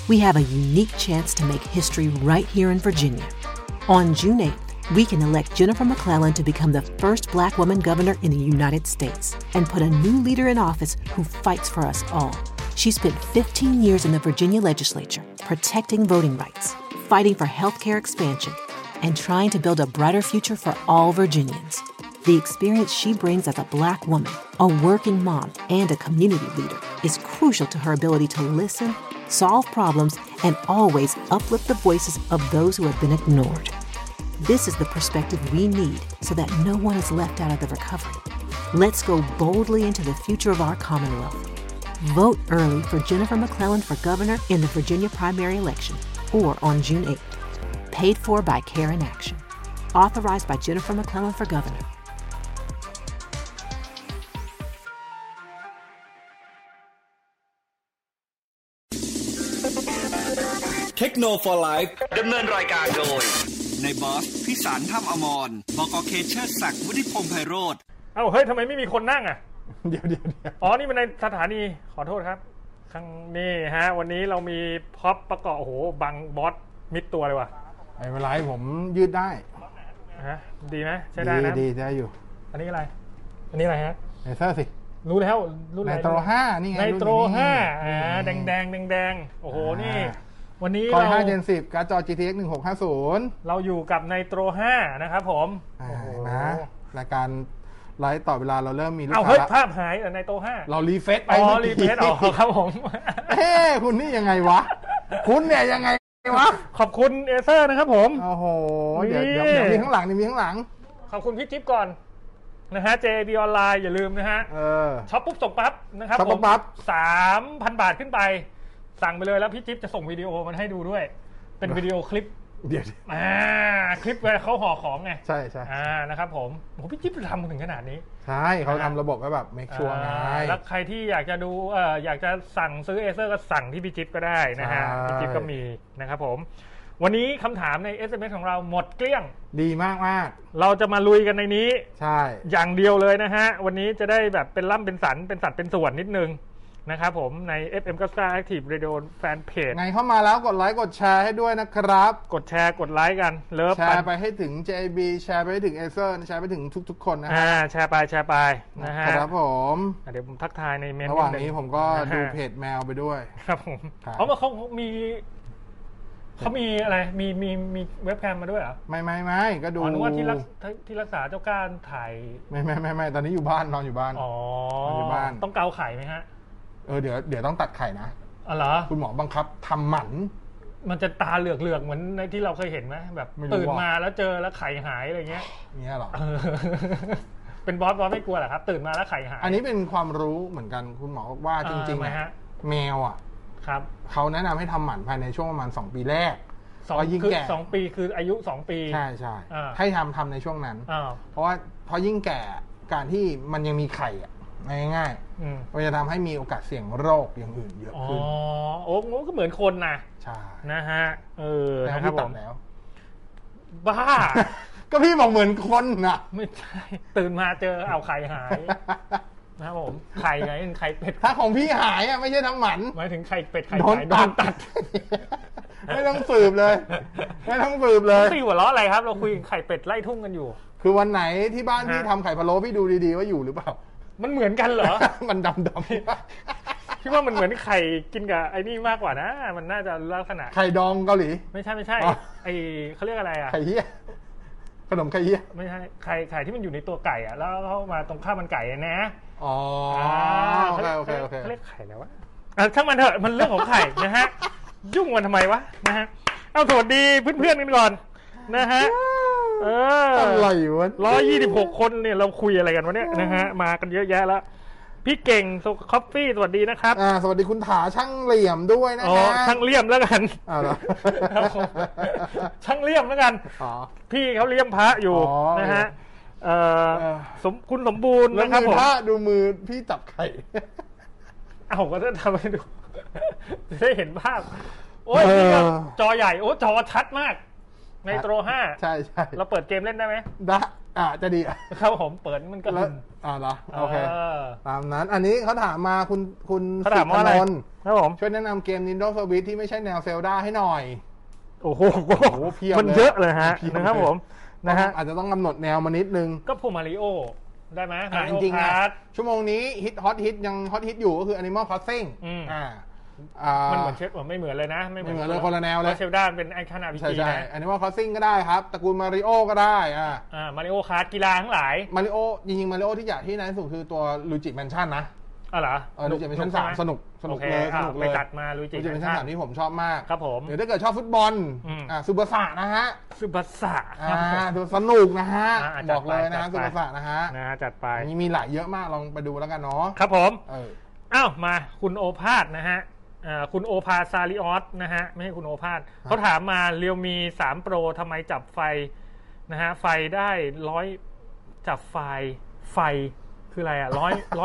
we have a unique chance to make history right here in Virginia. On June 8th, we can elect Jennifer McClellan to become the first Black woman governor in the United States and put a new leader in office who fights for us all. She spent 15 years in the Virginia legislature, protecting voting rights, fighting for healthcare expansion, and trying to build a brighter future for all Virginians. The experience she brings as a Black woman, a working mom, and a community leader is crucial to her ability to listen, solve problems, and always uplift the voices of those who have been ignored. This is the perspective we need so that no one is left out of the recovery. Let's go boldly into the future of our Commonwealth. Vote early for Jennifer McClellan for governor in the Virginia primary election or on June 8th. Paid for by Care in Action. Authorized by Jennifer McClellan for governor. Techno for Life ดำเนินรายการโดยในบอสพิสารถ้ำอมรบก.เคเชอร์ศักดิ์วุฒิพงษ์ไพโรจน์เอ้าเฮ้ยทำไมไม่มีคนนั่งอ่ะเดี๋ยวอ๋อนี่เป็นในสถานีขอโทษครับข้างนี่ฮะวันนี้เรามีพ็อปประกอบโอ้โหบังบอสมิดตัวเลยว่ะไม่เป็นไรผมยืดได้ฮะดีไหมใช้ได้นะดีได้อยู่อันนี้อะไรฮะไนเซอร์สิรู้แล้วรุ่นไหนไนโตร5นี่ไงไนโตร5แดงโอ้โหนี่วันนี้เรา5 Gen 10การ์ดจอ GTX 1650 เราอยู่กับไนโตร5นะครับผมโอ้โหนะรายการไลฟ์ต่อเวลาเราเริ่มมีลูกค้าเฮ้ยภาพหายไนโตร5 เรารีเฟซไปรีเฟซครับผมคุณนี่ยังไงวะคุณเนี่ยยังไงวะขอบคุณเอเซอร์นะครับผมโอ้โหเดี๋ยวมีข้างหลังมีข้างหลังขอบคุณพี่จิ๊บก่อนนะฮะ JB ออนไลน์อย่าลืมนะฮะช็อปปุ๊บส่งปั๊บนะครับผมปั๊บ 3,000 บาทขึ้นไปสั่งไปเลยแล้วพี่จิ๊บจะส่งวิดีโอมันให้ดูด้วยเป็นวิดีโอคลิปเดี๋ยวคลิปเวลาเขาห่อของไงใช่นะครับผมโอ้พี่จิ๊บทำถึงขนาดนี้ใช่เขาทำระบบไว้แบบเมคชัวร์ไงแล้วใครที่อยากจะดูอยากจะสั่งซื้อเอเซอร์ก็สั่งที่พี่จิ๊บก็ได้นะฮะพี่จิ๊บก็มีนะครับผมวันนี้คำถามใน SMS ของเราหมดเกลี้ยงดีมากเราจะมาลุยกันในนี้ใช่อย่างเดียวเลยนะฮะวันนี้จะได้แบบเป็นล่ำเป็นสันเป็นสัดเป็นส่วนนิดนึงนะครับผมใน FM Costa Active Radio Fan Page ไงเข้ามาแล้วกดไลค์กดแชร์ให้ด้วยนะครับกดแชร์กดไลค์กันเลิฟแชร์ไปให้ถึง JB แชร์ไปให้ถึง Acer แชร์ไปถึงทุกๆคนนะฮะแชร์ไปนะฮะครับผมเดี๋ยวผมทักทายในเมนระหว่างนี้ผมก็ดูเพจแมวไปด้วยครับผมเขามีอะไรมีเว็บแคมมาด้วยเหรอไม่ก็ดูนึกว่าที่รักษาเจ้าก้านถ่ายไม่ตอนนี้อยู่บ้านนอนอยู่บ้านอยู่บ้านต้องเกาไข่ไหมฮะเดี๋ยวต้องตัดไข่นะเหรอคุณหมอบังคับทำหมันมันจะตาเหลือกเหมือนในที่เราเคยเห็นไหมแบบตื่นมาแล้วเจอแล้วไข่หายอะไรเงี้ยเนี่ยหรอเป็นบอสไม่กลัวเหรอครับตื่นมาแล้วไข่หายอันนี้เป็นความรู้เหมือนกันคุณหมอว่าจริงๆนะแมวอ่ะครับเขาแนะนำให้ทำหมันภายในช่วงประมาณ2 ปีแรกยิ่งแก่2 ปีคืออายุ2 ปีใช่ให้ทำในช่วงนั้นเพราะว่าพอยิ่งแก่การที่มันยังมีไข่อ่ะง่ายๆมันจะทำให้มีโอกาสเสี่ยงโรคอย่างอื่นเยอะขึ้นก็เหมือนคนนะใช่นะฮะนะครับผมแล้วบ้าก็พี่บอกเหมือนคนนะไม่ใช่ตื่นมาเจอเอาไข่หายนะครับผมไข่ไงไข่เป็ดถ้าของพี่หายอ่ะไม่ใช่ทำหมันหมายถึงไข่เป็ดไข่โดนตัดไม่ต้องสืบเลยพี่หัวเราะอะไรครับเราคุยไข่เป็ดไล่ทุ่งกันอยู่คือวันไหนที่บ้านพี่ทำไข่พะโล้พี่ดูดีๆว่าอยู่หรือเปล่ามันเหมือนกันเหรอมันดำพี่ว่ามันเหมือนไข่กินกับไอ้นี่มากกว่านะมันน่าจะลักษณะไข่ดองเกาหลีไม่ใช่ไอเขาเรียกอะไรอ่ะไข่เหี้ยขนมไข่เหี้ยไม่ใช่ไข่ที่มันอยู่ในตัวไก่อ่ะแล้วเข้ามาตรงข้าวมันไก่นะโอเคเขาเรียกไข่แล้ววะช่างมันเถอะมันเรื่องของไข่นะฮะยุ่งมันทำไมวะนะฮะเอาสวัสดีเพื่อนๆกันก่อนนะฮะอะไรวะ 126 คนเนี่ยเราคุยอะไรกันวะเนี่ยนะฮะมากันเยอะแยะแล้วพี่เก่งโซคอฟฟี่สวัสดีนะครับสวัสดีคุณถาช่างเหลี่ยมด้วยนะฮะช่างเหลี่ยมแล้วกันช่างเหลี่ยมแล้วกันพี่เขาเลี่ยมพระอยู่นะฮะคุณสมบูรณ์นะครับผมดูมือพี่จับไข่ก็จะทำให้ดูได้เห็นภาพโอ้ยนี่ก็จอใหญ่จอชัดมากไนโตร5 ใช่เราเปิดเกมเล่นได้ไหมจะดีครับผมเปิดมันก็เหรอโอเคตามนั้นอันนี้เขาถามมาคุณสิทธิ์นนท์ครับผมช่วยแนะนำเกม Nintendo Switch ที่ไม่ใช่แนวเซลดาให้หน่อยโอ้โหเพียบมันเยอะเลยฮะนะครับผมนะฮะอาจจะต้องกำหนดแนวมานิดนึงก็พวกมาริโอได้ไหมจริงๆชั่วโมงนี้ฮอตฮิตยังฮอตฮิตอยู่ก็คือ Animal Crossing มันเหมือนเชฟไม่เหมือนเลยนะไม่เหมือนเลยคนละแนวเลยเชฟด้านเป็นไอคอนอาร์พีจีนะ Animal Crossing ก็ได้ครับตระกูลมาริโอก็ได้มาริโอคาร์ดกีฬาทั้งหลายมาริโอจริงๆมาริโอที่อยากที่นั้นสุดคือตัวลูจิแมนชั่นนะเหรอลูจิแมนชั่น3สนุกเลยสนุกเลยไปตัดมาลูจิแมนชั่น3ที่ผมชอบมากครับผมหรือถ้าเกิดชอบฟุตบอลซูเปอร์สะนะฮะซูเปอร์สะดูสนุกนะฮะบอกเลยนะซูเปอร์สะนะฮะจัดไปมีหลายเยอะมากลองไปดูแล้วกันเนาะครับผมอ้าวมาคุณโอภาสนะฮะคุณโอภาซาริออสนะฮะไม่ใช่คุณโอภาสเขาถามมาเรียวมี3 Pro ทำไมจับไฟนะฮะไฟได้100จับไฟคืออะไรอ่ะ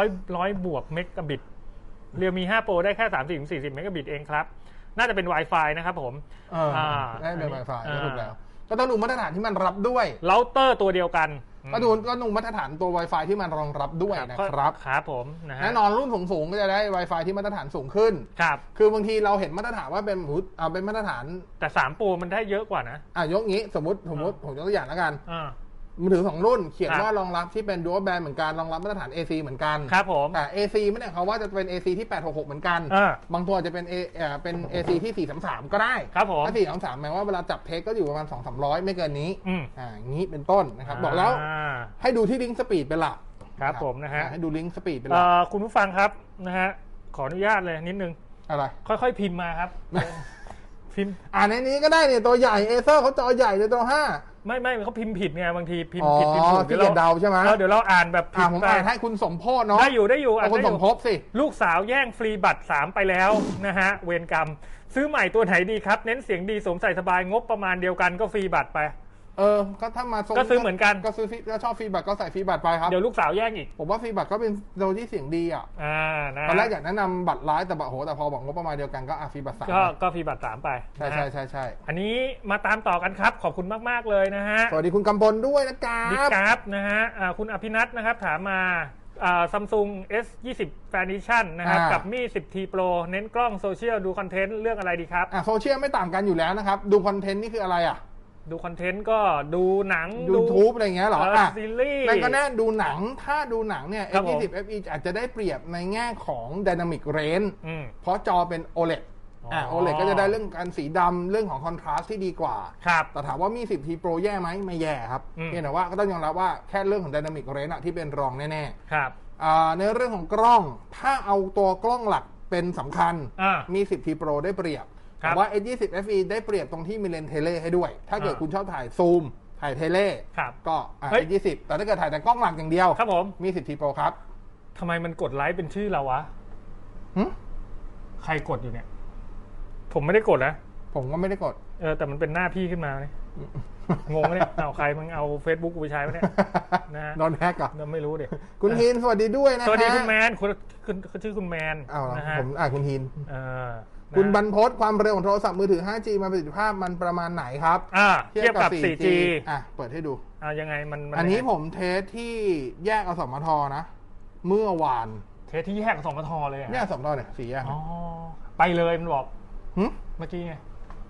100บวกเมกะบิตเรียวมี5 Pro ได้แค่30-40เมกะบิตเองครับน่าจะเป็น Wi-Fi นะครับผมได้เป็น Wi-Fi ถูกแล้วก็ต้องดูมาตรฐานที่มันรับด้วยเราเตอร์ตัวเดียวกันก็ดูมาตรฐานตัว Wi-Fi ที่มันรองรับด้วยนะครับครับผมนะฮะแน่นอนรุ่นสูงๆก็จะได้ Wi-Fi ที่มาตรฐานสูงขึ้นครับคือบางทีเราเห็นมาตรฐานว่าเป็นมาตรฐานแต่3 Pro มันได้เยอะกว่านะยกงี้สมมติผมยกตัวอย่างแล้วกันมือถือ2รุ่นเขียนว่ารองรับที่เป็น Dual Band เหมือนกันรองรับมาตรฐาน AC เหมือนกันครับผมแต่ AC ไม่ได้เขาว่าจะเป็น AC ที่866เหมือนกันบางตัวจะเป็น AC ที่433ก็ได้ครับผมถ้า433หมายว่าเวลาจับเทคก็อยู่ประมาณ 200-300ไม่เกินนี้งี้เป็นต้นนะครับบอกแล้วให้ดูที่ลิงก์สปีดเป็นหลักครับผมนะฮะให้ดูลิงก์สปีดเป็นหลักคุณผู้ฟังครับนะฮะขออนุญาตเลยนิดนึงอะไรค่อยๆพิมพ์มาครับพิมพ์ในนี้ก็ได้เนี่ยตัวใหญ่เอเซอร์เขาจอใหญ่เลยตัว5 ไม่เขาพิมพ์ผิดไงบางทีพิมพ์ผิดพิมพ์ถูกเดี๋ยวเราเดาใช่ไหมเดี๋ยวเราอ่านแบบผิดผมอ่านให้คุณสมโพธิ์เนาะได้อยู่คุณสมภพสิลูกสาวแย่งฟรีบัตร3ไปแล้วนะฮะเวรกรรมซื้อใหม่ตัวไหนดีครับเน้นเสียงดีสวมใส่สบายงบประมาณเดียวกันก็ฟรีบัตรไปก็ถ้ามาก็ซื้อเหมือนกันก็ซื้อก็ชอบฟรีบัตรก็ใส่ฟรีบัตรไปครับเดี๋ยวลูกสาวแย่งอีกผมว่าฟรีบัตรก็เป็นโดยที่เสียงดีตอนแรกอยากแนะนำบัตรไลฟ์แต่พอบอกงบประมาณเดียวกันก็ฟรีบัตร 3ก็ฟรีบัตร3ไปใช่อันนี้มาตามต่อกันครับขอบคุณมากๆเลยนะฮะสวัสดีคุณกำพลด้วยนะครับนะฮะคุณอภินัทนะครับถามมาSamsung S20 Fan Edition นะครับกับMi 10T Pro เน้นกล้องโซเชียลดูคอนเทนต์เรื่องอะไรดีครับโซเชียลไม่ต่างกันอยู่แล้วนะครับดูคอนเทนต์นี่คืออะไรดูคอนเทนต์ก็ดูหนังดู YouTube อะไรเงี้ยหรอซีรีส์นั่นก็แน่ดูหนังถ้าดูหนังเนี่ย S20 FE อาจจะได้เปรียบในแง่ของ Dynamic Range เพราะจอเป็น OLED OLED ก็จะได้เรื่องการสีดำเรื่องของคอนทราสต์ที่ดีกว่าแต่ถามว่ามี 10T Pro แย่ไหมไม่แย่ครับเพียงแต่ว่าก็ต้องยอมรับว่าแค่เรื่องของ Dynamic Range ที่เป็นรองแน่ๆครับในเรื่องของกล้องถ้าเอาตัวกล้องหลักเป็นสำคัญมี 10T Pro ได้เปรียบแต่ว่า S20 FE ได้เปรียบตรงที่มีเลนส์เทเลให้ด้วยถ้าเกิดคุณชอบถ่ายซูมถ่ายเทเลก็S20 แต่ถ้าเกิดถ่ายแต่กล้องหลักอย่างเดียวครับผมมี 10T Pro ครับทำไมมันกดไลค์เป็นชื่อเราวะใครกดอยู่เนี่ยผมไม่ได้กดนะผมก็ไม่ได้กดแต่มันเป็นหน้าพี่ขึ้นมาเนี่ยงงเนี่ยเอาใครมึงเอา Facebook กูไปใช้ไหมเนี่ยนะนอนแฮกอ่ะไม่รู้เดี๋ยวคุณฮีนสวัสดีด้วยนะสวัสดีคุณแมนคุณชื่อคุณแมนนะฮะผมคุณฮีนคุณบรรพตความเร็วของโทรศัพท์มือถือ 5G มาประสิทธิภาพมันประมาณไหนครับเทียบกับ 4G เปิดให้ดูยังไงมันอันนี้ผมเทสที่แยกอสมทนะเมื่อวานเทสที่แยกอสมทเลยแยกอสมทเนี่ย4แยกไปเลยมันบอกเมื่อกี้ไง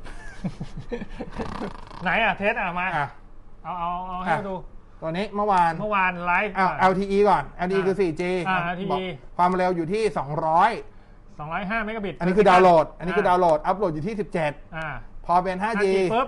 ไหนเทสมาเอาให้ดูตัวนี้เมื่อวานไลฟ์ LTE ก่อน LTE คือ 4G ความเร็วอยู่ที่ 205เมกะบิตอันนี้คือดาวน์โหลดอัพโหลดอยู่ที่17พอเป็น 5G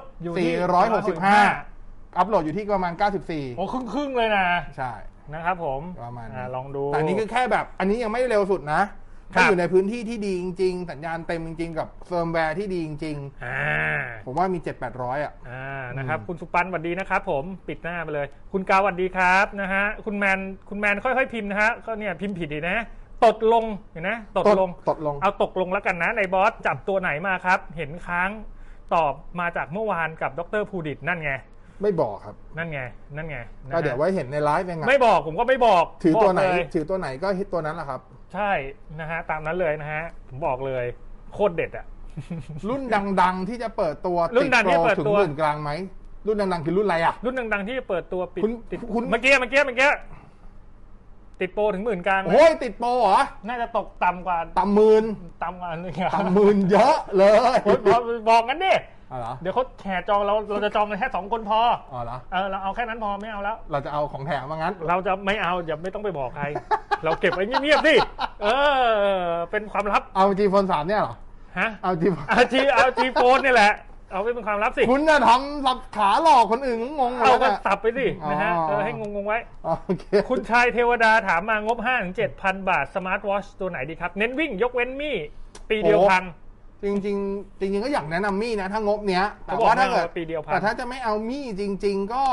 465อัพโหลดอยู่ที่ประมาณ94 โอ้ครึ่งเลยนะใช่นะครับผมประมาณลองดูแต่อันนี้คือแค่แบบอันนี้ยังไม่เร็วสุดนะถ้าอยู่ในพื้นที่ที่ดีจริงๆสัญญาณเต็มจริงๆกับเฟิร์มแวร์ที่ดีจริงๆผมว่ามี 7-800 นะครับคุณสุปันสวัสดีนะครับผมปิดหน้าไปเลยคุณกาวสวัสดีครับนะฮะคุณแมนค่อยๆพิมพ์นะฮะก็เนี่ยพิมพ์ผิดดีนะตดลงเห็นนะตดลงเอาตกลงแล้วกันนะในบอสจับตัวไหนมาครับเห็นค้างตอบมาจากเมื่อวานกับดร.ภูดิตนั่นไงไม่บอกครับนั่นไงก็เดี๋ยวไว้เห็นในไลฟ์ยังไงไม่บอกผมก็ไม่บอกถือตัวไหนก็ฮิตตัวนั้นแหละครับใช่นะฮะตามนั้นเลยนะฮะผมบอกเลยโคตรเด็ดรุ่นดังๆที่จะเปิดตัวติดโปรถึงหมื่นกลางไหมรุ่นดังๆคือรุ่นอะไรอ่ะรุ่นดังๆที่เปิดตัวปิดคุณเมื่อกี้ติดโปรถึง10,000กลางโอ้ยติดโปรเหรอน่าจะตกต่ำกว่าต่ำหมื่นต่ำหมื่นเยอะเลยบอกกันดิเหรอเดี๋ยวเขาแห่จองเราจะจองกันแค่2คนพอเหรอเราเอาแค่นั้นพอไม่เอาแล้วเราจะเอาของแถมมางั้นเราจะไม่เอาอย่าไม่ต้องไปบอกใครเราเก็บไว้เงียบๆสิเป็นความลับเอาจีโฟน3เนี่ยเหรอฮะเอาจีโฟนนี่แหละเอาเป็นความลับสิคุณน่ะทำสับขาหลอกคนอื่นงงเอาก็สับไปสินะฮะให้งงไว้คุณชายเทวดาถามมางบ 5-7,000 บาทสมาร์ทวอชตัวไหนดีครับเน้นวิ่งยกเว้นมี่ปีเดียวพังจริงก็อยากแนะนำมี่นะถ้างบเนี้ยแต่ว่าถ้าเกิดปีเดียวพังแต่ถ้าจะไม่เอามี่จริงๆก็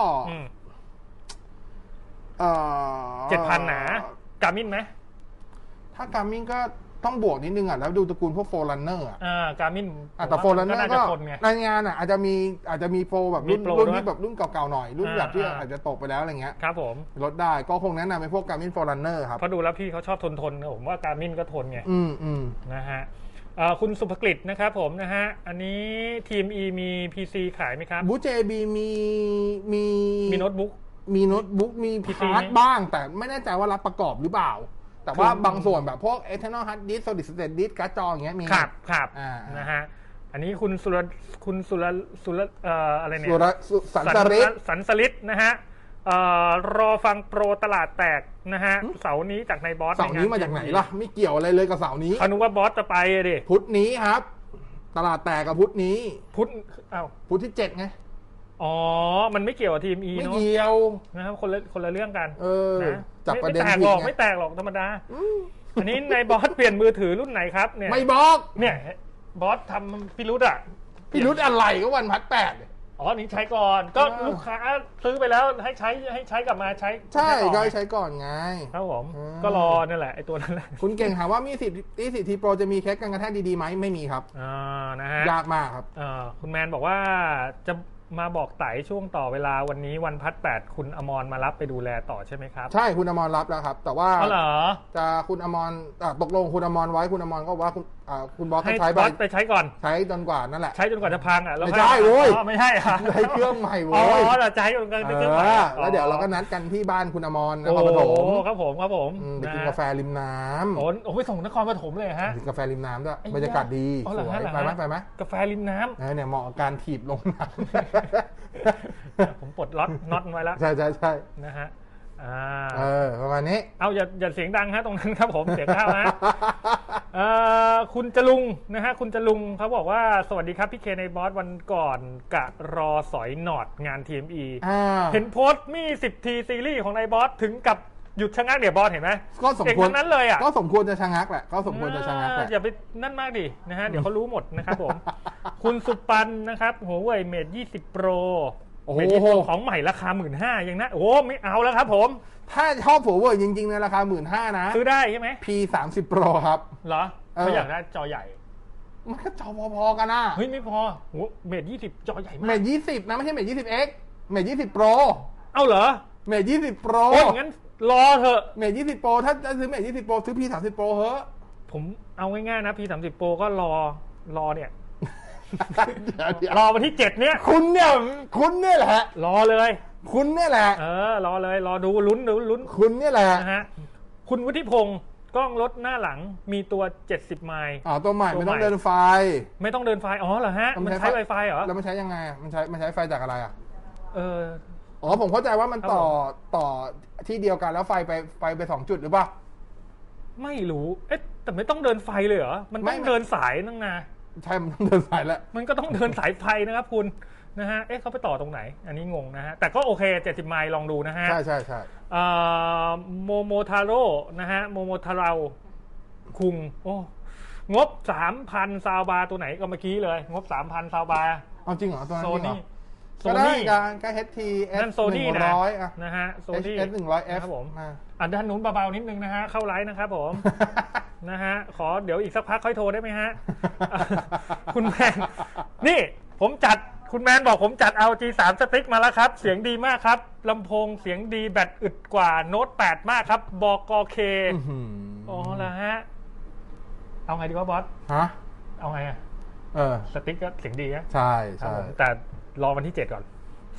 7,000 หนาการ์มินไหมถ้าการ์มินก็ต้องบวกนิดนึงแล้วดูตระกูลพวกโฟร์รันเนอร์การ์มินแต่โฟร์รันเนอร์ก็ในงานอาจจะมีโฟร์แบบรุ่นที่แบบรุ่นเก่าๆหน่อยรุ่นแบบที่อาจจะตกไปแล้วอะไรเงี้ยครับผมลดได้ก็คงแนะนำเป็นพวกการ์มินโฟร์รันเนอร์ครับเพราะดูแล้วพี่เขาชอบทนผมว่าการ์มินก็ทนไงนะฮะคุณสุภกฤษนะครับผมนะฮะอันนี้ทีม E มี PC ขายไหมครับบูเจบีมีโน้ตบุ๊กมีพาร์ทบ้างแต่ไม่แน่ใจว่ารับประกอบหรือเปล่าแต่ว่าบางส่วนแบบพวก external hard disk solid state disk การ์ดจออย่างเงี้ยมีครับนะฮะอันนี้คุณสุรอะไรเนี่ยสันสลิดนะฮะรอฟังโปรตลาดแตกนะฮะเสาร์นี้จากในบอสเสาร์นี้มาจากไหนล่ะไม่เกี่ยวอะไรเลยกับเสาร์นี้อนุว่าบอสจะไปดิพุธนี้ครับตลาดแตกกับพุธนี้พุธที่7ไงมันไม่เกี่ยวกับทีม E เนาะไม่เกี่ยวนะครับคนละเรื่องกันนะจับประเด็นผิดไม่แตกหรอกธรรมดาอันนี้ในบอสเปลี่ยนมือถือรุ่นไหนครับเนี่ยไม่บอกเนี่ยบอสทำพิรุธอะไรก็วันพัด8 นี่ใช้ก่อนก็ลูกค้าซื้อไปแล้วให้ใช้กลับมาใช่ก็ใช้ก่อนไงครับผมก็รอนั่นแหละไอ้ตัวนั้นแหละคุณเก่งถามว่ามี10ทีโปรจะมีเคสกันกระแทกดีๆไหมไม่มีครับนะฮะยากมากครับคุณแมนบอกว่าจะมาบอกไต่ช่วงต่อเวลาวันนี้วันพัด8คุณอมรมารับไปดูแลต่อใช่ไหมครับใช่คุณอมรรับแล้วครับแต่ว่าเหรอจะคุณอมรตกลงคุณอมรไว้คุณอมรก็ว่าคุณบอสใช้ไปใช้ก่อนใช้จนกว่านั่นแหละใช้จนกว่าจะพังไม่ใช่โว้ยไม่ใช่ใช้เครื่องใหม่โว้ยใช้จนกว่าจะเครื่องใหม่แล้วเดี๋ยวเราก็นัดกันที่บ้านคุณอมรนครปฐมครับผมไปกินกาแฟริมน้ำไปส่งนครปฐมเลยฮะกินกาแฟริมน้ำด้วยบรรยากาศดีสวยไปไหมกาแฟริมน้ำเนี่ยเหมาะกับการถีบลงน้ำผมปลดน็อตไว้แล้วใช่นะฮะประมาณนี้เอาอย่าเสียงดังฮะตรงนั้นครับผมเสียงข้าวฮะคุณจลุงนะฮะคุณจลุงเขาบอกว่าสวัสดีครับพี่เคในบอสวันก่อนกะรอสอยหนอดงาน TME เห็นโพสต์มี10ทีซีรีส์ของในบอสถึงกับหยุดชะงักเดี๋ยวบอสเห็นไหมก็สมควรนั้นเลยก็สมควรจะชะงักแหละก็สมควรจะชะงักแหละอย่าไปนั่นมากดินะฮะเดี๋ยวเขารู้หมดนะครับผมคุณสุปันนะครับหัวเว่ยเมท20 Proเมท20ของใหม่ราคา 15,000 ยังนะไม่เอาแล้วครับผมถ้าชอบหัวเว่ยจริงๆในราคา 15,000 นะซื้อได้ใช่ไหม P30 Pro ครับเหรอเขาอยากได้จอใหญ่มันก็จอพอๆกันนะเฮ้ยไม่พอเมท20จอใหญ่มากเมท20นะไม่ใช่เมท20X เมท20 Pro เอาเหรอเมท20 Pro งั้นรอเถอะเมท20 Pro ถ้าซื้อเมท20 Pro ซื้อ P30 Pro เถอะผมเอาง่ายๆนะ P30 Pro ก็รอเนี่ยรอวันที่7เนี่ยคุณเนี่ยแหละรอเลยคุณเนี่ยแหละรอเลยรอดูลุ้นคุณเนี่ยแหละนะฮะคุณวุฒิพงศ์กล้องรถหน้าหลังมีตัว70ไมล์ตัวใหม่ไม่ต้องเดินไฟไม่ต้องเดินไฟเหรอฮะมันใช้ Wi-Fi เหรอแล้วมันใช้ยังไงมันใช้ไฟจากอะไรผมเข้าใจว่ามันต่อที่เดียวกันแล้วไฟไป2จุดหรือเปล่าไม่รู้แต่ไม่ต้องเดินไฟเลยเหรอมันต้องเดินสายนั่งนาใช่มันต้องเดินสายแล้วมันก็ต้องเดินสายไฟนะครับคุณนะฮะเขาไปต่อตรงไหนอันนี้งงนะฮะแต่ก็โอเค70ไมล์ลองดูนะฮะใช่โมโมทาโร่นะฮะโมโมทาเราคุงงบ 3,000 ซาวบาตัวไหนก็เมื่อกี้เลยงบ 3,000 ซาวบาเอาจริงเหรอตัวนั้นจริงเหรอโซนี่ก็ HT S นั่นโซนี่นะฮะโซนี่ S 100F ครับผมด้านนู้นเบาๆนิดนึงนะฮะเข้าไลน์นะครับผมนะฮะขอเดี๋ยวอีกสักพักค่อยโทรได้ไหมฮะคุณแมนนี่ผมจัดคุณแมนบอกผมจัด LG 3 สติ๊กมาแล้วครับเสียงดีมากครับลำโพงเสียงดีแบตอึดกว่าโน้ต8มากครับบกเคแล้วฮะเอาไงดีวะบอสเอาไงสติ๊กก็เสียงดีนะใช่แต่รอวันที่7ก่อน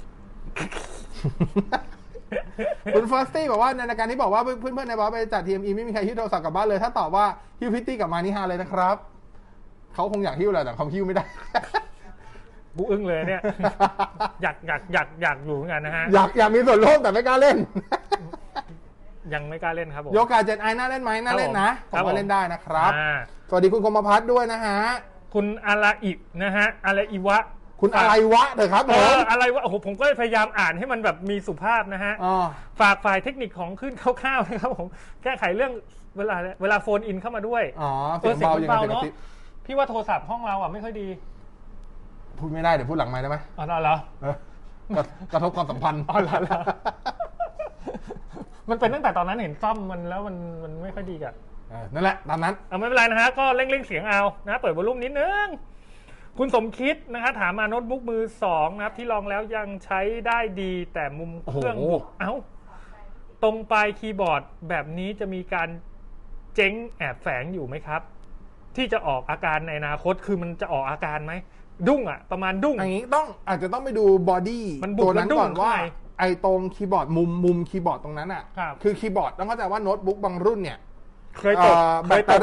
คุณเฟิร์สตี้บอกว่าในรายการที่บอกว่าเพื่อนๆในบอสไปจัด TME ไม่มีใครหิ้วโทรศัพท์กลับบ้านเลยถ้าตอบว่าหิ้วพิตตี้กลับมานี่ฮาเลยนะครับเขาคงอยากหิ้วแหละแต่เขาหิ้วไม่ได้กูอึ้งเลยเนี่ยอยากอยู่เหมือนกันนะฮะอยากมีส่วนร่วมแต่ไม่กล้าเล่นยังไม่กล้าเล่นครับผมโยกาเจนไอน่าเล่นไหมน่าเล่นนะผมว่าเล่นได้นะครับสวัสดีคุณคมพัฒน์ด้วยนะฮะคุณอาราอินะฮะอาราอิวะคุณอะไรวะเถอะครับผมอะไรวะโอ้โหผมก็พยายามอ่านให้มันแบบมีสุภาพนะฮะฝากฝ่ายเทคนิคของขึ้นคร่าวๆนะครับผมแก้ไขเรื่องเวลาโฟนอินเข้ามาด้วยเสียงเบาอย่างเนาะพี่ว่าโทรศัพท์ห้องเราอ่ะไม่ค่อยดีพูดไม่ได้เดี๋ยวพูดหลังไมค์ได้ไหมอ๋อเหรอกระทบความสัมพันธ์อ๋อเหรอมันเป็นตั้งแต่ตอนนั้นเห็นซ่อมมันแล้วมันไม่ค่อยดีกันนั่นแหละตามนั้นไม่เป็นไรนะฮะก็เร่งเสียงเอานะเปิดวอลลุ่มนิดนึงคุณสมคิดนะคะถามมาโน้ตบุ๊กมือ2นะครับที่ลองแล้วยังใช้ได้ดีแต่มุมเครื่องบุกตรงปลายคีย์บอร์ดแบบนี้จะมีการเจ๊งแอบแฝงอยู่ไหมครับที่จะออกอาการในอนาคตคือมันจะออกอาการไหมดุ้งอะประมาณดุ้งอย่างนี้อาจจะต้องไปดูบอดี้ตัวนั้นก่อนว่าไอ้ตรงคีย์บอร์ดมุมคีย์บอร์ดตรงนั้นอะคือคีย์บอร์ดต้องเข้าใจว่าโน้ตบุ๊กบางรุ่นเนี่ยเคยตกมาแบตเตอ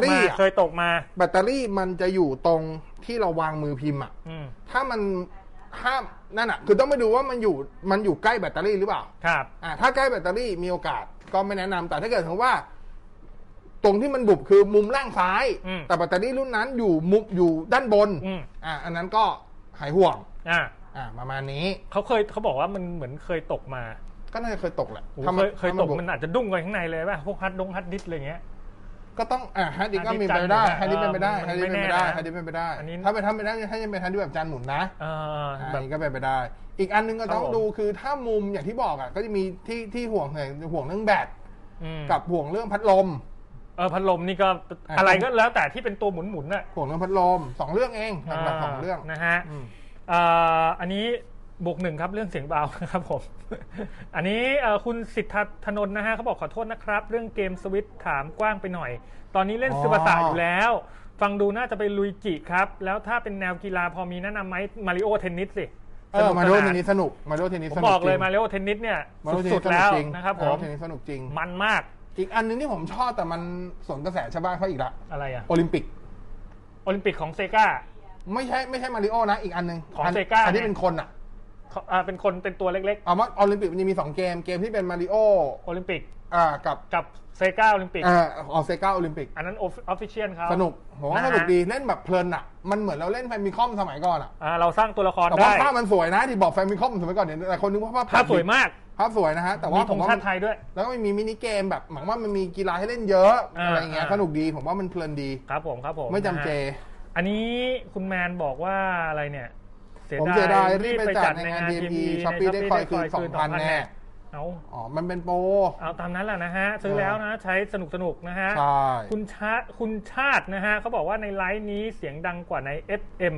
ครับถ้าใกล้แบตเตอรี่มีโอกาสก็ไม่แนะนำแต่ถ้าเกิดสมมติว่าตรงที่มันบุบคือมุมล่างซ้ายแต่แบตเตอรี่รุ่นนั้นอยู่ด้านบนอันนั้นก็หายห่วงประมาณนี้เขาบอกว่ามันเหมือนเคยตกมาก็น่าจะเคยตกแหละเคยตกมันอาจจะดุ้งไปข้างในเลยป่ะพวกฮัดดิสอะไรเงี้ยก็ต้องฮาร์ดดิสก์ก็มีไปได้ฮาร์ดดิสก์เป็นไปได้ฮาร์ดดิสก์เป็นไปได้ฮาร์ดดิสก์เป็นไปได้ถ้าไปทำไปได้ถ้ายังเป็นฮาร์ดดิสก์แบบจานหมุนนะแบบนี้ก็เป็นไปได้อีกอันนึงก็ต้องดูคือถ้ามุมอย่างที่บอกอ่ะก็จะมีที่ห่วงเรื่องแบตกับห่วงเรื่องพัดลมพัดลมนี่ก็อะไรก็แล้วแต่ที่เป็นตัวหมุนน่ะห่วงเรื่องพัดลม2เรื่องเองหลักๆ2เรื่องนะฮะอันนี้บวก1ครับเรื่องเสียงเบาครับผมอันนี้คุณสิทธธนนท์นะฮะเขาบอกขอโทษนะครับเรื่องเกมสวิตถามกว้างไปหน่อยตอนนี้เล่นซึบาสะอยู่แล้วฟังดูน่าจะไปลุยจิครับแล้วถ้าเป็นแนวกีฬาพอมีแนะนำไหมมาริโอเทนนิสสิมาริโอเทนนิสสนุกมาริโอเทนนิสผมบอกเลยมาริโอเทนนิสเนี่ยสุดๆแล้วนะครับผมเทนนิสสนุกจริงมันมากอีกอันนึงที่ผมชอบแต่มันสวนกระแสชาวบ้านเขาอีกละอะไรอะโอลิมปิกของเซกาไม่ใช่มาริโอนะอีกอันนึงของเซกาอันที่เป็นคนอะเป็นคนเป็นตัวเล็กๆว่าโอลิมปิกมันจะมี2เกมที่เป็นมาริโอโอลิมปิกกับเซกาโอลิมปิกเซกาโอลิมปิกอันนั้นออฟฟิเชียลเขาสนุกผมว่าสนุกดีเล่นแบบเพลินอ่ะมันเหมือนเราเล่นแฟมิคอมสมัยก่อนอ่ะเราสร้างตัวละครได้แต่ว่าภาพมันสวยนะที่บอกแฟมิคอมสมัยก่อนเนี่ยแต่คนนึกว่าภาพสวยมากภาพสวยนะฮะแต่ว่าผมว่าไทยด้วยแล้วก็มีมินิเกมแบบหมายว่ามันมีกีฬาให้เล่นเยอะอะไรเงี้ยสนุกดีผมว่ามันเพลินดีครับผมไม่จำเจอันนี้คุณแมนบอกว่าอะไรเนี่ยผมเสียดายรีบไปจัดในงาน TME ช้อปปี้ได้คอยคืน 2,000 แน่มันเป็นโปรเอาตามนั้นแหละนะฮะซื้อแล้วนะใช้สนุกนะฮะคุณชาตินะฮะเขาบอกว่าในไลฟ์นี้เสียงดังกว่าใน FM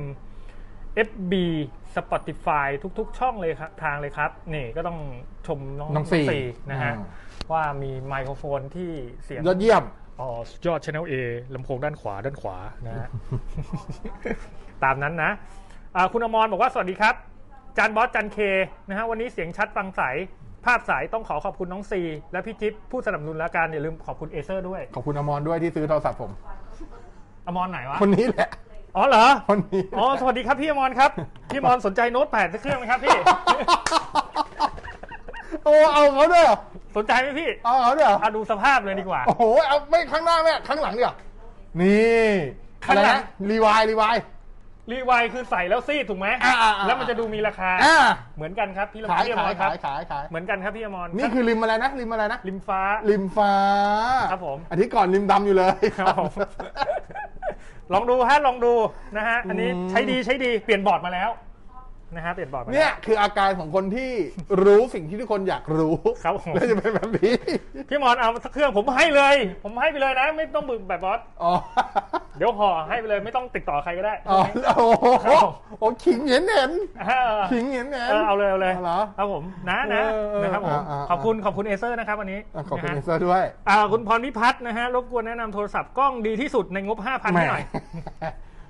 FB Spotify ทุกๆช่องเลยครับทางเลยครับนี่ก็ต้องชมน้องซีนะฮะว่ามีไมโครโฟนที่เสียงยอดเยี่ยมยอด Channel A ลำโพงด้านขวานะฮะ ตามนั้นนะคุณอมรบอกว่าสวัสดีครับจานบอสจันเคนะฮะวันนี้เสียงชัดฟังใสภาพใสต้องขอบคุณน้องซีและพี่จิ๊บผู้สนับสนุนรายการอย่าลืมขอบคุณเอเซอร์ด้วยขอบคุณอมรด้วยที่ซื้อโทรศัพท์ผมอมรไหนวะคนนี้แหละอ๋อเหรอคนนี้สวัสดีครับพี่อมรครับพี่อมรสนใจโน้ต8สักเครื่องไหมครับพี่เอาเขาด้วยสนใจไหมพี่เอาด้วยดูสภาพเลยดีกว่าโอ้โหเอาไม่ข้างหน้าแม่ข้างหลังเนี่ยนี่อะไรนะรีวายคือใส่แล้วซีดถูกไหมแล้วมันจะดูมีราคาเหมือนกันครับพี่อมรครับขายเหมือนกันครับพี่อมรนี่คือริมอะไรนะริมฟ้าครับผมอาทิตย์ก่อนริมดำอยู่เลยครับผมลองดูนะฮะอันนี้ใช้ดีเปลี่ยนบอร์ดมาแล้วนะฮะเปลี่ยนบอร์ดมาเนี่ยคืออาการของคนที่รู้สิ่งที่ทุกคนอยากรู้ครับผมแล้วจะเป็นแบบนี้พี่มอนเอาสักเครื่องผมให้ไปเลยนะไม่ต้องบึกแบบบอสเดี๋ยวห่อให้ไปเลยไม่ต้องติดต่อใครก็ได้โอ้ขิงเห็นเอาเลยครับผมนะครับผมขอบคุณเอเซอร์นะครับวันนี้ขอบคุณเอเซอร์ด้วยคุณพรพิพัฒน์นะฮะรบกวนแนะนำโทรศัพท์กล้องดีที่สุดในงบ 5,000 ให้หน่อย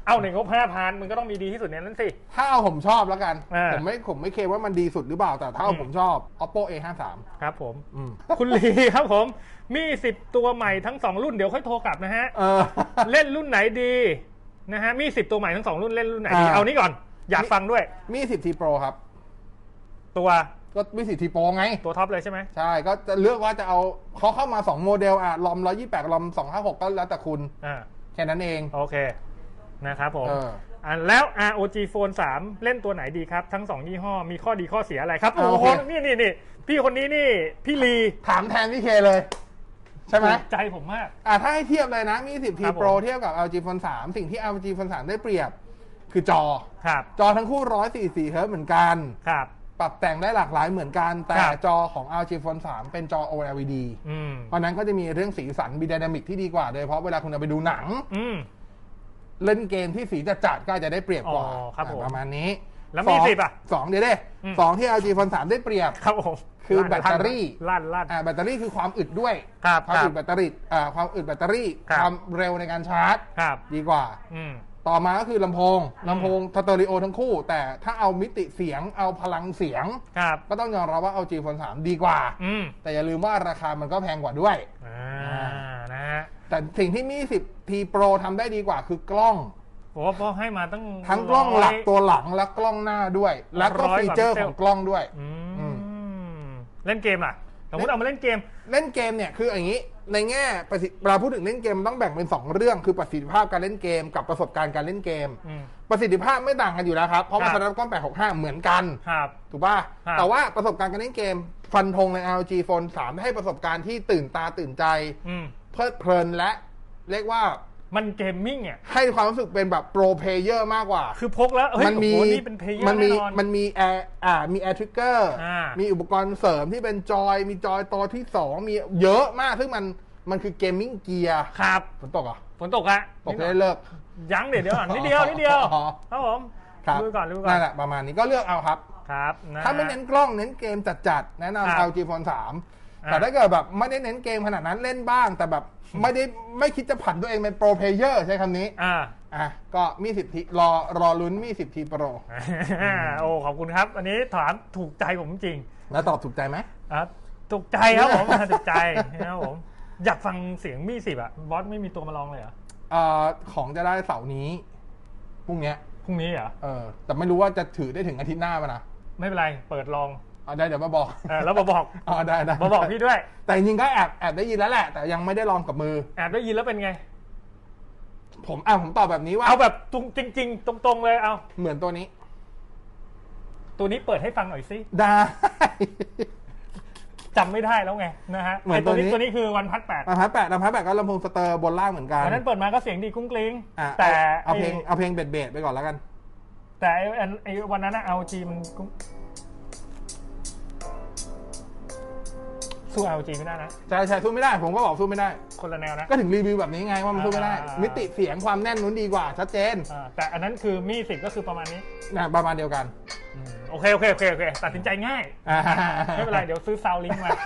เอาในงบ 5,000 มันก็ต้องมีดีที่สุดในนั้นสิถ้าเอาผมชอบแล้วกันผมไม่เคลมว่ามันดีสุดหรือเปล่าแต่ถ้าเอาผมชอบ Oppo A53 ครับผมคุณลีครับผมมี10ตัวใหม่ทั้ง2รุ่นเดี๋ยวค่อยโทรกลับนะฮะเล่นรุ่นไหนดีนะฮะมี10ตัวใหม่ทั้ง2รุ่นเล่นรุ่นไหนดีเอานี้ก่อนอยากฟังด้วยมี10 T Pro ครับตัวก็มี10 T Pro ไงตัวท็อปเลยใช่ไหมใช่ก็จะเลือกว่าจะเอาเขาเข้ามา2โมเดลลอม128ลอม256ก็แล้วแต่คุณแค่นั้นเองโอเคนะครับผมแล้ว ROG Phone 3 เล่นตัวไหนดีครับทั้ง2ยี่ห้อมีข้อดีข้อเสียอะไรครับโอ้โหนี่พี่คนนี้นี่พี่ลีถามแทนพี่เคเลยใช่ไหมใจผมมากถ้าให้เทียบเลยนะมี10 T Pro เทียบกับ LG Phone 3สิ่งที่ LG Phone 3ได้เปรียบคือจอทั้งคู่144 Hz เหมือนกันปรับแต่งได้หลากหลายเหมือนกันแต่จอของ LG Phone 3 เป็นจอ OLED เพราะนั้นก็จะมีเรื่องสีสันมีไดนามิกที่ดีกว่าโดยเฉพาะเวลาคุณเอาไปดูหนังเล่นเกมที่สีจัดก็จะได้เปรียบกว่าประมาณนี้แล้วมี10อ่ะ 2เดี๋ยว2ที่ LG Phone 3 ได้เปรียบครับผมคือแบตเตอรี่ลั่นแบตเตอรี่คือความอึดด้วยความอึดแบตเตอรี่ความเร็วในการชาร์จดีกว่าต่อมาก็คือลำโพงสเตอริโอทั้งคู่แต่ถ้าเอามิติเสียงเอาพลังเสียงก็ต้องยอมรับว่า LG Phone 3 ดีกว่าแต่อย่าลืมว่าราคามันก็แพงกว่าด้วยนะฮะแต่สิ่งที่มี10 T Pro ทำได้ดีกว่าคือกล้องเพราะให้มาทั้งกล้องหลักตัวหลังและกล้องหน้าด้วยแล้วก็ฟีเจอร์ของกล้องด้วยเล่นเกมล่ะสมมติเอามาเล่นเกมเนี่ยคืออย่างนี้ในแง่เวลาพูดถึงเล่นเกมต้องแบ่งเป็น2เรื่องคือประสิทธิภาพการเล่นเกมกับประสบการณ์การเล่นเกมประสิทธิภาพไม่ต่างกันอยู่แล้วครับเพราะมันSnapdragon 865เหมือนกันถูกป่ะแต่ว่าประสบการณ์การเล่นเกมฟันธงใน LG Phone 3ให้ประสบการณ์ที่ตื่นตาตื่นใจเพลิดเพลินและเรียกว่ามันเกมมิ่งเนี่ยให้ความรู้สึกเป็นแบบโปรเพลเยอร์มากกว่าคือพกแล้วมันมีนี่เป็นเพลเยอร์แน่นอนมันมีแอร์ทริกเกอร์มีอุปกรณ์เสริมที่เป็นจอยมีจอยตัวที่2มีเยอะมากซึ่งมันคือเกมมิ่งเกียร์ครับฝนตกอ่ะฝนตกฮะตกได้เลิกยั้งเดี๋ยวก่อนนิดเดียวครับผมดูก่อนนั่นแหละประมาณนี้ก็เลือกเอาครับถ้าไม่เน้นกล้องเน้นเกมจัดแนะนำ LG Phone 3แต่ถ้าเกิดแบบไม่ได้เน้นเกมขนาดนั้นเล่นบ้างแต่แบบไม่คิดจะผันตัวเองเป็นโปรเพลเยอร์ใช้คำนี้ก็มี10ทีรอลุ้นมี10 T Pro โอ้ขอบคุณครับอันนี้ถามถูกใจผมจริงแล้วตอบถูกใจไหมถูกใจครับผมถูกใจครับผมอยากฟังเสียงมี10บอสไม่มีตัวมาลองเลยเหรอของจะได้เสาร์นี้พรุ่งนี้เหรอแต่ไม่รู้ว่าจะถือได้ถึงอาทิตย์หน้าป่ะนะไม่เป็นไรเปิดลองได้เดี๋ยวมาบอกแล้วมาบอกได้มาบอกพี่ด้วยแต่จริงๆก็แอบได้ยินแล้วแหละแต่ยังไม่ได้ลองกับมือแอบได้ยินแล้วเป็นไงผมตอบแบบนี้ว่าเอาแบบจริงๆตรงๆเลยเอาเหมือนตัวนี้เปิดให้ฟังหน่อยสิได้จำไม่ได้แล้วไงนะฮะไอตัวนี้คือวันพัด8 ก็ลำโพงสเตอร์บนล่างเหมือนกันอันนั้นเปิดมาก็เสียงดีกุ้งกลิ้งแต่เอาเพลงเบสไปก่อนแล้วกันแต่ไอวันนั้นเอาจีมันสู้ LG ไม่ได้นะใช่สู้ไม่ได้ผมก็บอกสู้ไม่ได้คนละแนวนะก็ถึงรีวิวแบบนี้ไงว่ามันสู้ไม่ได้มิติเสียงความแน่นนู้นดีกว่าชัดเจนแต่อันนั้นคือมี10ก็คือประมาณนี้ประมาณเดียวกันโอเคตัดสินใจง่ายไม่เป็นไรเดี๋ยวซื้อซาวลิงก์มา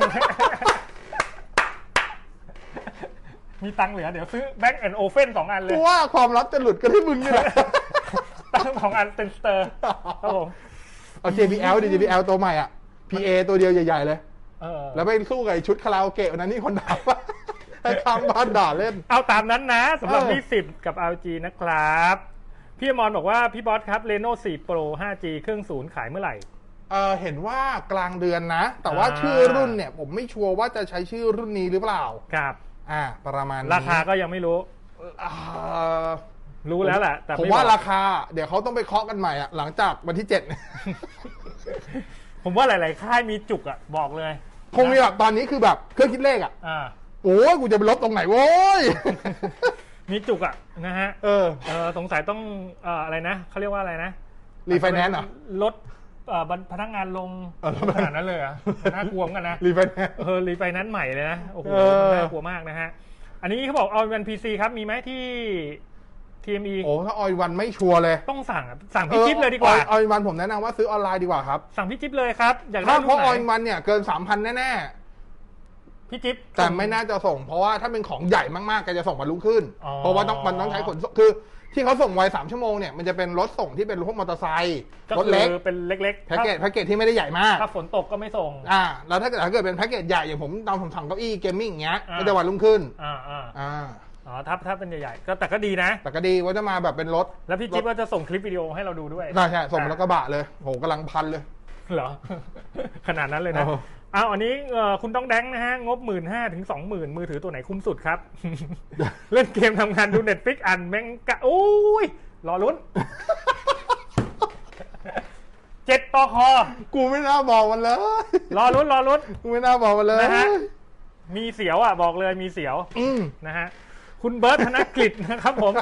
มีตังค์เหลือเดี๋ยวซื้อแบ็คแอนด์โอเฟน2 อันเลยว่าความลับจะหลุดก็ที่มึงนี่แหละตั้ง2 อันเป็นสเตอร์ครับผมเอา JBL ตัวใหม่อ่ะ PA ตัวเดียวใหญ่ๆเลยแล้วไปสู้กับชุดคาราโอเกะวันนั้นนี่คนด่าว่าให้ทำบ้านด่าเล่นเอาตามนั้นนะสำหรับมี10กับ LG นะครับพี่อมรบอกว่าพี่บอสครับ Reno 4 Pro 5G เครื่องศูนย์ขายเมื่อไหร่เห็นว่ากลางเดือนนะแต่ว่าชื่อรุ่นเนี่ยผมไม่ชัวร์ว่าจะใช้ชื่อรุ่นนี้หรือเปล่าครับประมาณนี้ราคาก็ยังไม่รู้รู้แล้วแหละแต่ผมว่าราคาเดี๋ยวเขาต้องไปเคาะกันใหม่หลังจากวันที่ 7ผมว่าหลายๆค่ายมีจุกบอกเลยคงมีแบบตอนนี้คือแบบเครื่องคิดเลขโอ้ยกูจะไปลบตรงไหนโว้ยมีจุกนะฮะสงสัยต้องอะไรนะเขาเรียกว่าอะไรนะรีไฟแนนซ์ลดพนักงานลงขนาดนั้นเลยน่ากลัวกันนะรีไฟแนนซ์รีไฟแนนซ์ใหม่เลยนะโอ้โหน่ากลัวมากนะฮะอันนี้เขาบอกเอาเป็น PC ครับมีไหมที่ TME โอ้ถ้าออยวันไม่ชัวร์เลยต้องสั่งพี่จิ๊บเลยดีกว่าออยวันผมแนะนำว่าซื้อออนไลน์ดีกว่าครับสั่งพี่จิ๊บเลยครับอยากได้เพราะออยวันเนี่ยเกิน 3,000 แน่ๆพี่จิ๊บแต่ไม่น่าจะส่งเพราะว่าถ้าเป็นของใหญ่มากๆแกจะส่งวันรุ่งขึ้นเพราะว่ามันต้องใช้ขนส่งคือที่เขาส่งไว3 ชั่วโมงเนี่ยมันจะเป็นรถส่งที่เป็นรถมอเตอร์ไซค์รถเล็กเป็นเล็กๆแพ็กเกจที่ไม่ได้ใหญ่มากถ้าฝนตกก็ไม่ส่งแล้วถ้าเกิดเป็นแพ็กเกจใหญ่อย่างผมสั่งเก้าอี้เกมมิ่งอย่างเงี้ยก็จะวันรุ่งขึ้นถ้าเป็นใหญ่ๆก็แต่ก็ดีนะแต่ก็ดีว่าจะมาแบบเป็นรถแล้วพี่จิ๊บว่าจะส่งคลิปวิดีโอให้เราดูด้วยใช่ส่งรถกระบะเลยโหกำลังพันเลยเหรอขนาดนั้นเลยนะอันนี้คุณต้องแดงนะฮะงบ 15,000 ถึง 20,000 มือถือตัวไหนคุ้มสุดครับ เล่นเกมทำงานดู Netflix อ่านแมงกะโอ้ยรอลุ้น7 ปค. กูไม่น่าบอกมันเลยรอลุ้นกูไม่น่าบอกมันเลยนะฮะมีเสียวบอกเลยมีเสียวนะฮะคุณเบิร์ตธนกฤษนะครับผม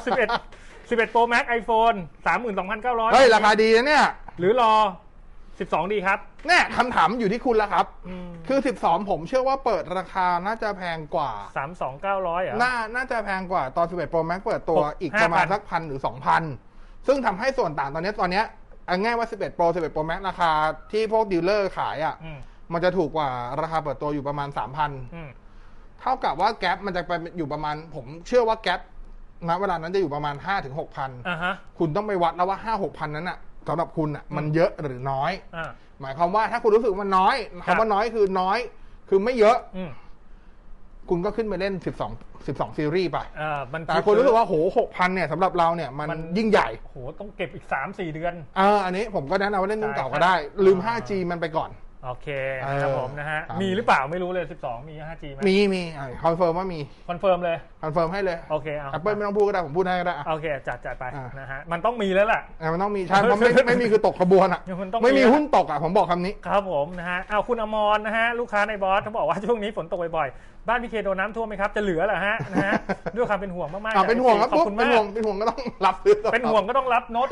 11 Pro Max iPhone 32,900 เฮ้ยราคาดีนะเนี่ยหรือรอ12ดีครับเนี่ยคำถามอยู่ที่คุณแล้วครับคือ12ผมเชื่อว่าเปิดราคาน่าจะแพงกว่า 32,900อ่ะน่าจะแพงกว่าตอน11 Pro Max เปิดตัวอีกประมาณสัก 1,000 หรือ 2,000 ซึ่งทำให้ส่วนต่างตอนนี้ง่ายว่า11 Pro Max ราคาที่พวกดีลเลอร์ขายอ่ะมันจะถูกกว่าราคาเปิดตัวอยู่ประมาณ 3,000 เท่ากับว่าแก๊ปมันจะไปอยู่ประมาณผมเชื่อว่าแก๊ปณเวลานั้นจะอยู่ประมาณ 5-6,000 คุณต้องไปวัดแล้วว่า 5-6,000 นั้นอ่ะสำหรับคุณอ่ะมันเยอะหรือน้อยหมายความว่าถ้าคุณรู้สึกมันน้อยคำว่าน้อยคือน้อยคือไม่เยอะคุณก็ขึ้นไปเล่น12ซีรีส์ไปแต่คุณรู้สึกว่าโห 6,000 เนี่ยสำหรับเราเนี่ยมันยิ่งใหญ่โหต้องเก็บอีก 3-4 เดือนอันนี้ผมก็แนะนำว่าเล่นรุ่นเก่าก็ได้ลืม 5G มันไปก่อนโอเคครับผมนะฮะมีหรือเปล่าไม่รู้เลย12มี 5G ไหมมีคอนเฟิร์มว่ามีคอนเฟิร์มเลยคอนเฟิร์มให้เลยโอเค Apple ไม่ต้องพูดก็ได้ผมพูดให้ก็ได้โอเคจัดไปนะฮะมันต้องมีแล้วแหละมันต้องมีใช่เพราะไม่มีคือตกขบวนอ่ะไม่มีหุ้นตกอ่ะผมบอกคำนี้ครับผมนะฮะคุณอมรนะฮะลูกค้าในบอสเขาบอกว่าช่วงนี้ฝนตกบ่อยๆบ้านพี่เคโดนน้ำท่วมไหมครับจะเหลือเหรอฮะนะฮะด้วยความเป็นห่วงมากๆเป็นห่วงครับเป็นห่วงก็ต้องรับเป็นห่วงก็ต้องรับโน้ต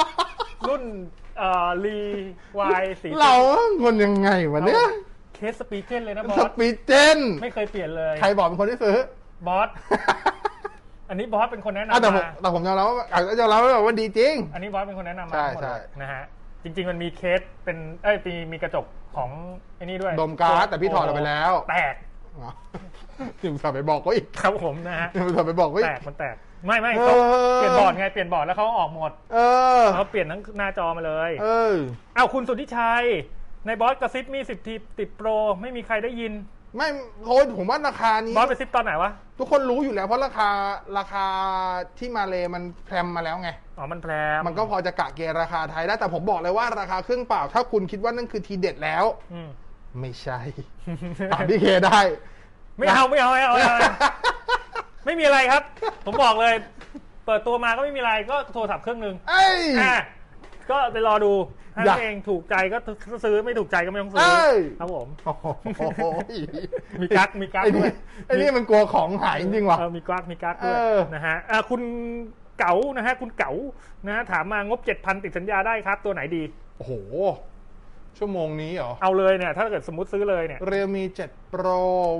8รุ่นรีวายสีเราคนยังไงวะเนี่ยเคสสปีดเจนเลยนะบอสสปีดเจนไม่เคยเปลี่ยนเลยใครบอกเป็นคนที่ซื้อบอสอันนี้บอสเป็นคนแนะนำมาแต่ผมยอมรับว่าดีจริงอันนี้บอสเป็นคนแนะนำมาหมดเลยนะฮะจริงๆมันมีเคสเป็นมีกระจกของไอ้นี่ด้วยดมก๊าซแต่พี่ถอดออกไปแล้วแตกถึงสอบไปบอกก็อีกครับผมนะฮะถึงสอบไปบอกก็อีกมันแตกไม่เขาเปลี่ยนบอร์ดไงเปลี่ยนบอร์ดแล้วเขาออกหมดเขาเปลี่ยนทั้งหน้าจอมาเลยคุณสุทธิชัยในบอสกระซิบมี10 ทีติดโปรไม่มีใครได้ยินไม่โค้ดผมว่าราคานี้บอสไปซิปตอนไหนวะทุกคนรู้อยู่แล้วเพราะราคาที่มาเลมันแพรมมาแล้วไงมันแพรมมันก็พอจะกะเกณฑ์ราคาไทยได้แต่ผมบอกเลยว่าราคาเครื่องเปล่าถ้าคุณคิดว่านั่นคือทีเด็ดแล้วไม่ใช่ถามพี่เคได้ไม่เอาไม่มีอะไรครับผมบอกเลยเปิดตัวมาก็ไม่มีอะไรก็โทรศัพท์เครื่องนึงก็ไปรอดูถ้าเองถูกใจก็ซื้อไม่ถูกใจก็ไม่ต้องซื้อครับผมมีกั๊กด้วยไอ้นี่มันกลัวของหายจริงว่ะมีกั๊กด้วยนะฮะคุณเก๋านะฮะคุณเก๋านะฮะถามมางบ 7,000 ติดสัญญาได้ครับตัวไหนดีโอ้โหชั่วโมงนี้เหรอเอาเลยเนี่ยถ้าเกิดสมมุติซื้อเลยเนี่ย Realme 7 Pro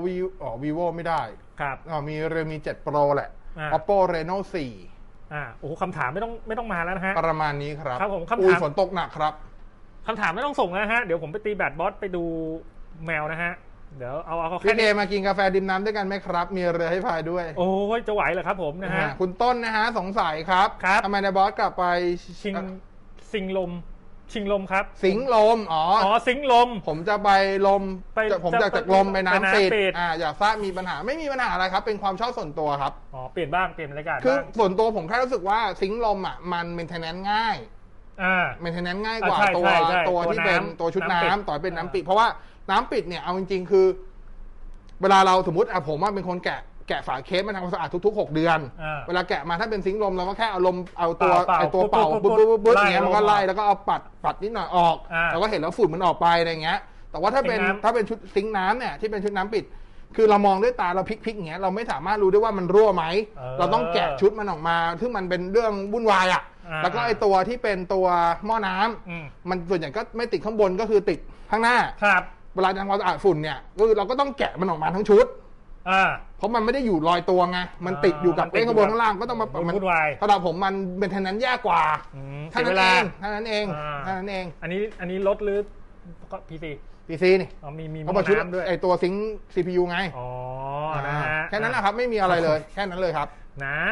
Vivo ไม่ได้ครับมี Realme 7 Pro แหละ Oppo Reno 4 โอ้โหคำถามไม่ต้องมาแล้วนะฮะประมาณนี้ครับครับผมคำถามฝนตกหนักครับคำถามไม่ต้องส่งนะฮะเดี๋ยวผมไปตีแบดบอสไปดูแมวนะฮะเดี๋ยวเอาพี่เดมากินกาแฟดิมน้ำด้วยกันไหมครับมีเรือให้พายด้วยโอ้ยจะไหวเหรอครับผมนะฮะคุณต้นนะฮะสงสัยครับทำไมนายบอสกลับไปชิงลมครับสิงลมสิงลมผมจะไปลมผมจากลมไปน้ำปิดอยากทราบมีปัญหาไม่มีปัญหาอะไรครับเป็นความชอบส่วนตัวครับเปลี่ยนบรรยากาศคือส่วนตัวผมแค่รู้สึกว่าสิงลมมันเมนเทนแนนซ์ง่ายเมนเทนแนนซ์ง่ายกว่าตัวที่เป็นตัวชุดน้ำต่อเป็นน้ำปิดเพราะว่าน้ำปิดเนี่ยเอาจริงๆคือเวลาเราสมมติผมว่าเป็นคนแกะฝาเคสมันทำความสะอาดทุกๆ6 เดือนเวลาแกะมาถ้าเป็นซิงค์ลมเราก็แค่เอาตัวเป่าปุ๊บอย่างเงี้ยมันก็ไล่แล้วก็เอาปัดนิดหน่อยออกเราก็เห็นแล้วฝุ่นมันออกไปอะไรเงี้ยแต่ว่าถ้าเป็นชุดซิงค์น้ำเนี่ยที่เป็นชุดน้ำปิดคือเรามองด้วยตาเราพลิกอย่างเงี้ยเราไม่สามารถรู้ได้ว่ามันรั่วไหมเราต้องแกะชุดมันออกมาซึ่งมันเป็นเรื่องวุ่นวายแล้วก็ไอตัวที่เป็นตัวหม้อน้ำมันส่วนใหญ่ก็ไม่ติดข้างบนก็คือติดข้างหน้าเวลาทำความสะอาดฝุ่นเนี่ยก็คือเราก็ต้องแกะมันออกมาทั้งชุดเพราะมันไม่ได้อยู่ลอยตัวไงมันติดอยู่กับข้างบนข้างล่างก็ต้องมามันสำหรับผมมันเป็นทางนั้นยากกว่าเท่านั้นเองอันนี้ลดหรือก็ PC นี่มีเขาบอกชุดไอตัวซิงค์ CPU ไงนะฮะแค่นั้นแหละครับไม่มีอะไรเลยแค่นั้นเลยครับนะ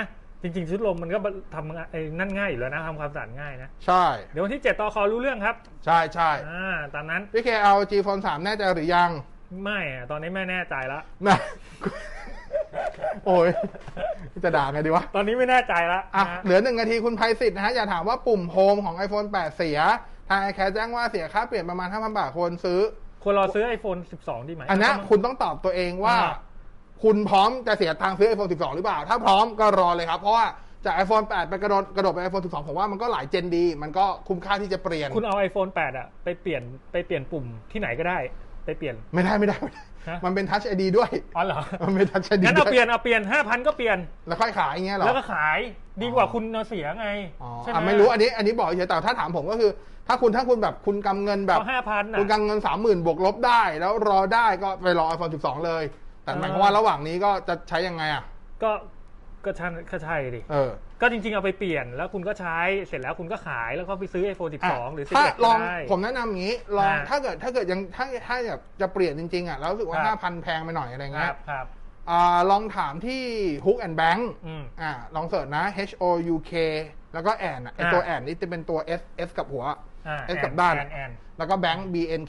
จริงๆชุดลมมันก็ทำไอ้นั่นง่ายอยู่แล้วนะทำความสะอาดง่ายนะใช่เดี๋ยววันที่7ตครู้เรื่องครับใช่ใช่ตามนั้นพี่เคเอา G Phone 3แน่ใจหรือยังไม่ตอนนี้ไม่แน่ใจแล้วนะโอ้ยจะด่าไงดีวะตอนนี้ไม่แน่ใจแล้วเหลือ1 นาทีคุณไพศิษฐ์นะฮะอย่าถามว่าปุ่มโฮมของ iPhone 8 เสียทาง iCloud แจ้งว่าเสียค่าเปลี่ยนประมาณ 5,000 บาทควรรอซื้อ iPhone 12ดีไหมอันนี้คุณต้องตอบตัวเองว่าคุณพร้อมจะเสียตังค์ซื้อ iPhone 12 หรือเปล่าถ้าพร้อมก็รอเลยครับเพราะว่าจาก iPhone 8 ไปกระโดดไป iPhone 12 ผมว่ามันก็หลายเจนดีมันก็คุ้มค่าที่จะเปลี่ยนคุณเอา iPhone 8อ่ะไปเปลี่ยนปุ่มที่ไหนก็ได้ไปเปลี่ยนไม่ได้มันเป็น Touch ID ด้วยอ๋อเหรอมันเป็น Touch ID งั้นเอาเปลี่ยน 5,000 ก็เปลี่ยนแล้วค่อยขายอย่างเงี้ยเหรอแล้วก็ขายดีกว่าคุณเสียไงใช่ไหมไม่รู้อันนี้บอกเฉยแต่ถ้าถามผมก็คือถ้าคุณแบบคุณกำเงินแบบ 5,000 คุณกำเงิน 30,000 บวกลบได้แล้วรอได้ก็ไปรอ iPhone 12 เลยแต่หมายความว่าระหว่างนี้ก็จะใช้ยังไงอ่ะก็ใช่ดิก็จริงๆเอาไปเปลี่ยนแล้วคุณก็ใช้เสร็จแล้วคุณก็ขายแล้วก็ไปซื้อ iPhone 12 หรือ 11ก็ได้ผมแนะนำอย่างนี้ลองถ้าเกิดยังถ้าจะเปลี่ยนจริงๆอ่ะแล้วรู้สึกว่า 5,000 แพงไปหน่อยอะไรเงี้ยลองถามที่ Hook and Bank ลองเสิร์ชนะ HOUK แล้วก็แอนไอตัวแอนนี่จะเป็นตัว S กับหัว S กับด้านแล้วก็แบงค์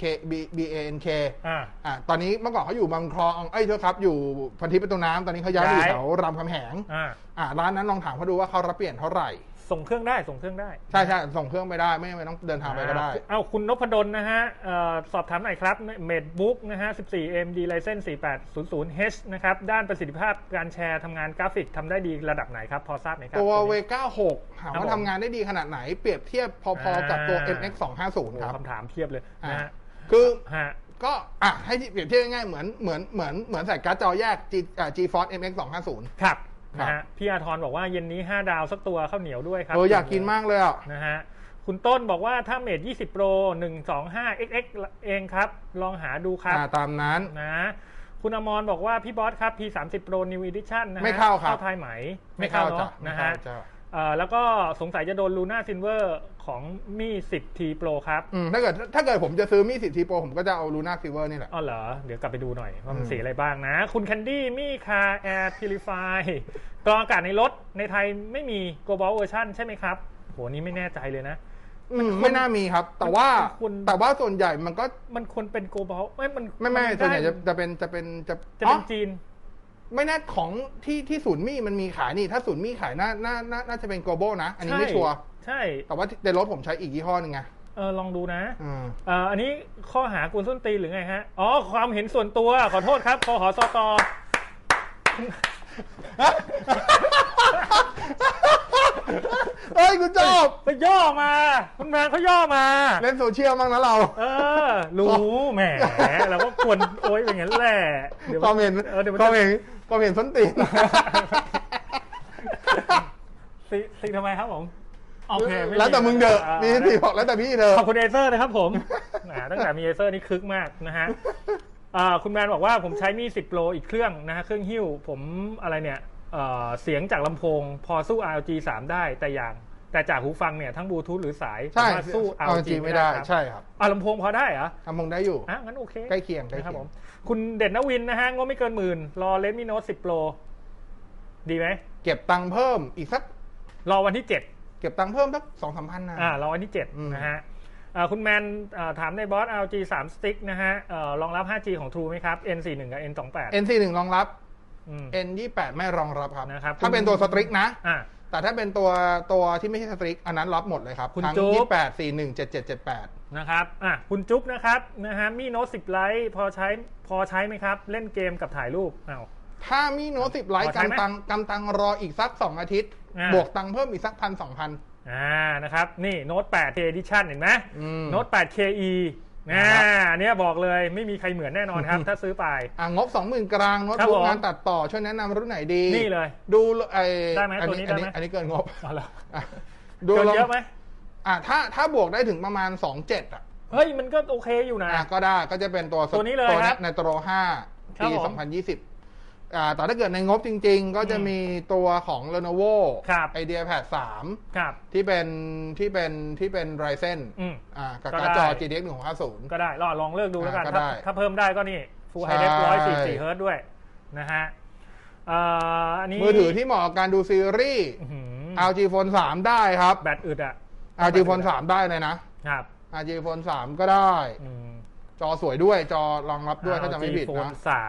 BANK ตอนนี้เมื่อก่อนเขาอยู่บางคลองเจ้าครับอยู่พันทิพย์ประตูน้ำตอนนี้เขาย้ายไปอยู่แถวรามคำแหงร้านนั้นลองถามเขาดูว่าเขารับเปลี่ยนเท่าไหร่ส่งเครื่องได้ใช่ส่งเครื่องไปได้ไม่ต้องเดินทางไปก็ได้คุณนพดลนะฮะสอบถามหน่อยครับ MateBook นะฮะ14 AMD Ryzen 4800H นะครับด้านประสิทธิภาพการแชร์ทำงานกราฟิกทำได้ดีระดับไหนครับพอทราบไหมครับตัว Vega 6ถามว่าทำงานได้ดีขนาดไหนเปรียบเทียบพอๆกับตัว MX 250ครับคำถามเทียบเลยนะฮะคือก็ให้เปรียบเทียบง่ายๆเหมือนใส่การ์ดจอแยก GeForce MX 250 ครับนะฮะพี่อาทรบอกว่าเย็นนี้5 ดาวสักตัวข้าวเหนียวด้วยครับอยากกินมากเลยนะฮะคุณต้นบอกว่าถ้าเมท20 Pro 125XX เองครับลองหาดูครับตามนั้นนะคุณอมรบอกว่าพี่บอสครับ P30 Pro New Edition นะฮะไม่เข้าครับเข้าไทยไหมไม่เข้าเนาะนะฮะแล้วก็สงสัยจะโดน Luna Silver ของมี 10T Pro ครับถ้าเกิดผมจะซื้อมี 10T Pro ผมก็จะเอา Luna Silver นี่แหละอ๋อเหรอเดี๋ยวกลับไปดูหน่อยว่ามันสีอะไรบ้างนะคุณแคนดี้มีคา Air Purify กรองอากาศในรถในไทยไม่มี Global Version ใช่ไหมครับโหนี้ไม่แน่ใจเลยนะไม่น่ามีครับแต่ว่าส่วนใหญ่มันควรเป็น Global ไม่ส่วนใหญ่จะเป็นจีนไม่แน่ของที่ศูนย์มี่มันมีขายนี่ถ้าศูนย์มี่ขายน่าจะเป็น global นะอันนี้ไม่ชัวร์ใช่แต่ว่าในรถผมใช้อีกยี่ห้อนึงไงลองดูนะอันนี้ข้อหากวนส้นตีนหรือไงฮะความเห็นส่วนตัวขอโทษครับคหสตคุณจบไปย่อมาคุณแมนเขาย่อมาเล่นโซเชียลมั้งนะเรารู้แหมเราก็ควรโอ้ยอย่างนั้นแหละความเห็นส้นตีนสิทำไมครับผมโอเคแล้วแต่มึงเด้อมีสิบอกแล้วแต่พี่เด้อขอบคุณเอเซอร์นะครับผมตั้งแต่มีเอเซอร์นี่คึกมากนะฮะคุณแมนบอกว่าผมใช้มี10 Pro อีกเครื่องนะฮะเครื่องหิ้วผมอะไรเนี่ยเสียงจากลำโพงพอสู้ ROG 3 ได้แต่จากหูฟังเนี่ยทั้งบลูทูธหรือสายสู้ ROG ไม่ได้ใช่ครับลำโพงพอได้เหรอลำโพงได้อยู่งั้นโอเคใกล้เคียงครับผมคุณเด่นนวินนะฮะงบไม่เกิน10,000รอ Redmi Note 10 Pro ดีไหมเก็บตังค์เพิ่มอีกสักรอวันที่7เก็บตังค์เพิ่มสัก 2-3,000 นะรอวันที่7นะฮะคุณแมนถามในบอส ROG 3 Stick นะฮะรองรับ 5G ของ True ไหมครับ N41 กับ N28 N41 รองรับ N28 ไม่รองรับครับถ้าเป็นตัว Strict นะแต่ถ้าเป็นตัวที่ไม่ใช่ Strict อันนั้นรับหมดเลยครับทั้ง28 41 7778 นะครับคุณจุ๊บนะครับนะฮะมีโน้ต10 Lite พอใช้ไหมครับเล่นเกมกับถ่ายรูปถ้ามีโน้ต10 Lite กำตังรออีกสัก2 อาทิตย์บวกตังเพิ่มอีกสัก 1,000-2,000 นะครับนี่โน้ต8 Edition เห็นไหมโน้ต8 KE อันนี้บอกเลยไม่มีใครเหมือนแน่นอนครับถ้าซื้อไปงบ 20,000 กลางโน้ตบุ๊กงานตัดต่อช่วยแนะนำรุ่นไหนดีนี่เลยดูได้ไหมตัวนี้ได้ไหมอันนี้เกินงบดูเยอะไหมถ้าบวกได้ถึงประมาณ 27 เฮ้ยมันก็โอเคอยู่นะก็ได้ก็จะเป็นตัวนี้เลยครับในตัว5ปี2020แต่ถ้าเกิดในงบจริงๆก็จะมีตัวของ Lenovo IdeaPad 3ที่เป็น Ryzen กับการ์ดจอ GTX 1650 ก็ได้ลองเลือกดูแล้วกันถ้าเพิ่มได้ก็นี่ Full HD 144 Hz ด้วยนะฮะอันนี้มือถือที่เหมาะกับการดูซีรีส์ LG Phone 3 ได้ครับแบตอึดอ่ะ LG Phone 3 ได้เลยนะครับ LG Phone 3 ก็ได้จอสวยด้วยจอรองรับด้วยถ้าจะไม่ผิดนะ Phone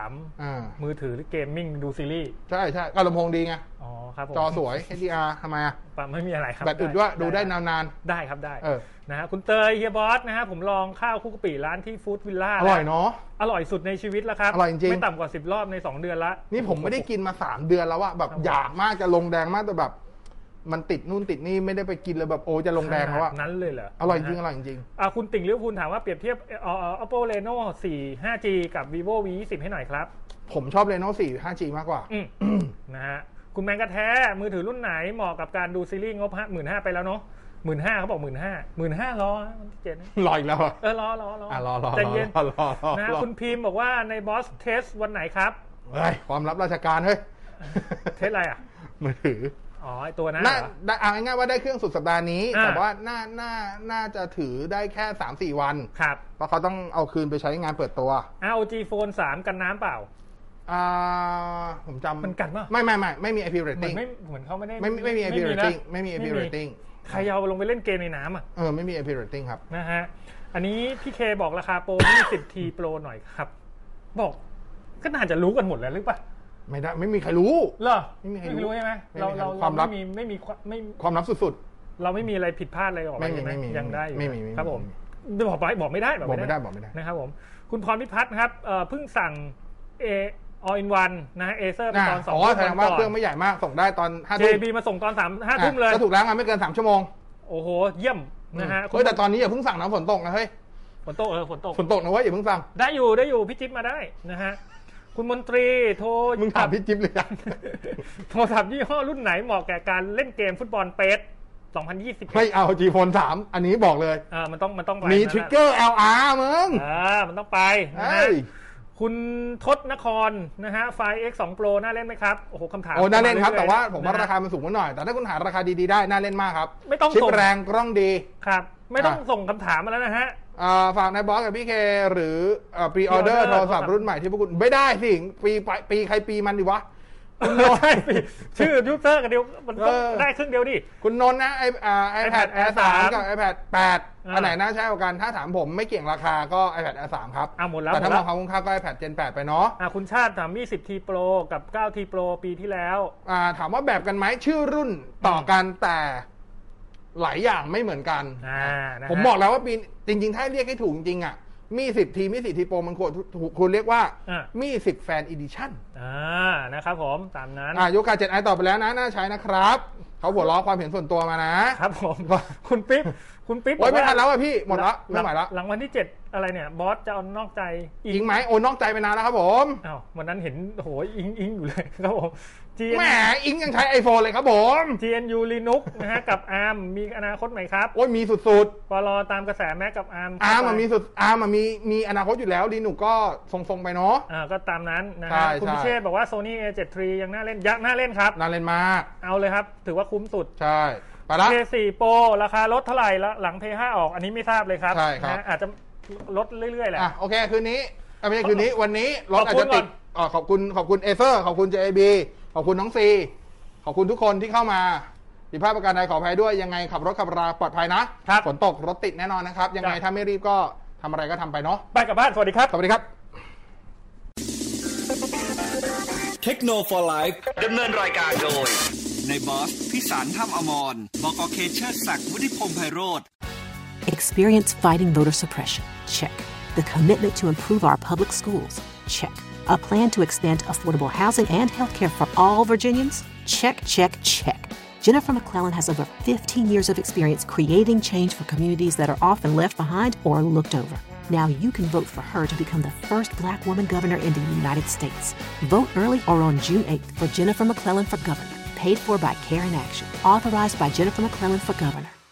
3มือถือที่เกมมิ่งดูซีรีส์ใช่ก็ลำโพงดีไงอ๋อครับจอสวย HDR ทำไมอ่ะไม่มีอะไรครับแบตอึดด้วยดูได้นานๆได้ครับได้นะฮะคุณเตยเฮียบอสนะฮะผมลองข้าวคุกกะปิร้านที่ฟู้ดวิลล่าอร่อยเนาะอร่อยสุดในชีวิตแล้วครับอร่อยจริงไม่ต่ำกว่า10รอบใน2เดือนละนี่ผมไม่ได้กินมา3เดือนแล้วอะแบบอยากมากจะลงแดงมากแต่แบบมันติดนู่นติดนี่ไม่ได้ไปกินเลยแบบโอ้จะลงแดงแล้วอะนั้นเลยเหรออร่อยจริงอร่อยจริงคุณติ่งลิเวอร์พูลถามว่าเปรียบเทียบOppo Reno 4 5G กับ Vivo V20 ให้หน่อยครับผมชอบ Reno 4 5G มากกว่านะฮะคุณแมงกระแท้มือถือรุ่นไหนเหมาะกับการดูซีรีส์งบ 15,000 ไปแล้วเนาะ 15,000 เขาบอก 15,000 รอวันที่7 รออีกแล้วรอใจเย็นนะคุณพิมพ์บอกว่าในบอสเทสวันไหนครับความลับราชการเฮ้ยเทสอะไรอ่ะมือถือตัวนั้นเอาง่ายๆว่าได้เครื่องสุดสัปดาห์นี้แต่ว่าน่าจะถือได้แค่ 3-4 วันครับเพราะเขาต้องเอาคืนไปใช้งานเปิดตัว ROG Phone 3 กันน้ำเปล่าผมจำมันกันป่ะไม่มี IP rating เหมือนเขาไม่ได้ไม่มี IP rating ไม่มี IP rating ใครเอาลงไปเล่นเกมในน้ำอ่ะไม่มี IP rating ครับนะฮะอันนี้พี่เคบอกราคาโปร20T Pro หน่อยครับบอกก็น่าจะรู้กันหมดแล้วหรือเปล่าไม่ได้ไม่มีใครรู้เหรอไม่มีใครรู้ใช่ไหมเราไม่มีความลับสุดๆเราไม่มีอะไรผิดพลาดอะไรออกมาใช่ไหมยังได้อยู่ครับผมบอกไม่ได้นะครับผมคุณพรพิพัฒน์นะครับเพิ่งสั่งall in one นะฮะ Acer ไปตอน2 ทุ่มแสดงว่าเครื่องไม่ใหญ่มากส่งได้ตอน5 ทุ่ม JB มาส่งตอน5 ทุ่มเลยก็ถูกแล้วไงไม่เกิน3 ชั่วโมงโอ้โหเยี่ยมนะฮะแต่ตอนนี้อย่าเพิ่งสั่งนะฝนตกนะเฮ้ยฝนตกนะเว้ยอย่าเพิ่งสั่งได้อยู่พี่จิ๊บมาได้นะฮะคุณมนตรีโทรมึงถามพี่จิ๊บเลยโทรศัพท์ยี่ห้อรุ่นไหนเหมาะแก่การเล่นเกมฟุตบอลเปส2020 ไม่เอา G Phone 3อันนี้บอกเลยมันต้องมีทริกเกอร์ LR มึงมันต้องไปนะฮะคุณทศนครนะฮะไฟ X2 Pro น่าเล่นไหมครับโอ้โหคำถามน่าเล่นครับแต่ว่าผมว่าราคามันสูงหน่อยแต่ถ้าคุณหาราคาดีๆได้น่าเล่นมากครับไม่ต้องชิปแรงกล้องดีครับไม่ต้องส่งคำถามมาแล้วนะฮะฝากนายบอสกับพี่เคหรือพรีออเดอร์โทรศัพท์รุ่นใหม่ที่พวกคุณไม่ได้สิปีใครปีมันดิวะคุณนนท์ชื่อยูเซอร์กันเดียวมันต้องได้ครึ่งเดียวดิคุณนนท์นะiPad Air 3กับ iPad 8อันไหนน่าใช้กว่ากันถ้าถามผมไม่เกี่ยงราคาก็ iPad Air 3ครับหมดแล้วแต่ถ้ามองความคุ้มค่าก็ iPad Gen 8ไปเนาะคุณชาติถามมี 10T Pro กับ 9T Pro ปีที่แล้วถามว่าแบบกันไหมชื่อรุ่นต่อกันแต่หลายอย่างไม่เหมือนกันผมบอกแล้วว่าปีจริงๆถ้าเรียกให้ถูกจริงๆมี 10T มี 4T Pro มันควรเรียกว่ามี10 Fan Edition นะครับผมตามนั้นยกคา 7i ต่อไปแล้วนะน่าใช้นะครับเขาหัวล้อความเห็นส่วนตัวมานะครับผมคุณปิ๊บโอ้ยไม่ทันแล้วพี่หมดละไม่ไหวละหลังวันที่7อะไรเนี่ยบอสจะเอานอกใจอิงไหมโอนอกใจไปนานแล้วครับผมวันนั้นเห็นโหอิงอยู่เลยครับผมแหมอิงยังใช้ iPhone เลยครับผม GNU Linux นะฮะกับ ARM มีอนาคตไหมครับโอ้ยมีสุดๆปลตามกระแสแม้กับ ARM มันมีมีอนาคตอยู่แล้ว Linux ก็ทรงๆไปเนาะก็ตามนั้นนะฮะคุณพิเชษบอกว่า Sony A7 III ยังน่าเล่นครับน่าเล่นมากเอาเลยครับถือว่าคุ้มสุดใช่ไปละ P4 Pro ราคาลดเท่าไหร่แล้วหลัง P5 ออกอันนี้ไม่ทราบเลยครับนะอาจจะลดเรื่อยๆแหละโอเคคืนนี้ไม่ใช่คืนนี้วันนี้รถอาจจะติดขอบคุณAcerขอบคุณ JB ขอบคุณน้องซีขอบคุณทุกคนที่เข้ามาผิดพลาดประการใดขออภัยด้วยยังไงขับรถขับราปลอดภัยนะฝนตกรถติดแน่นอนนะครับยังไงถ้าไม่รีบก็ทำอะไรก็ทำไปเนาะไปกลับบ้านสวัสดีครับสวัสดีครับเทคโนโลยีดำเนินรายการโดยในบอสพิสารถ้ำอมรบก.เคเชอร์ศักดิ์วุฒิพงษ์ไพโรจน์ Experience fighting voter suppression. Check. The commitment to improve our public schools. Check. A plan to expand affordable housing and healthcare for all Virginians? Check. Jennifer McClellan has over 15 years of experience creating change for communities that are often left behind or looked over. Now you can vote for her to become the first Black woman governor in the United States. Vote early or on June 8th for Jennifer McClellan for governor. Paid for by Care in Action. Authorized by Jennifer McClellan for governor.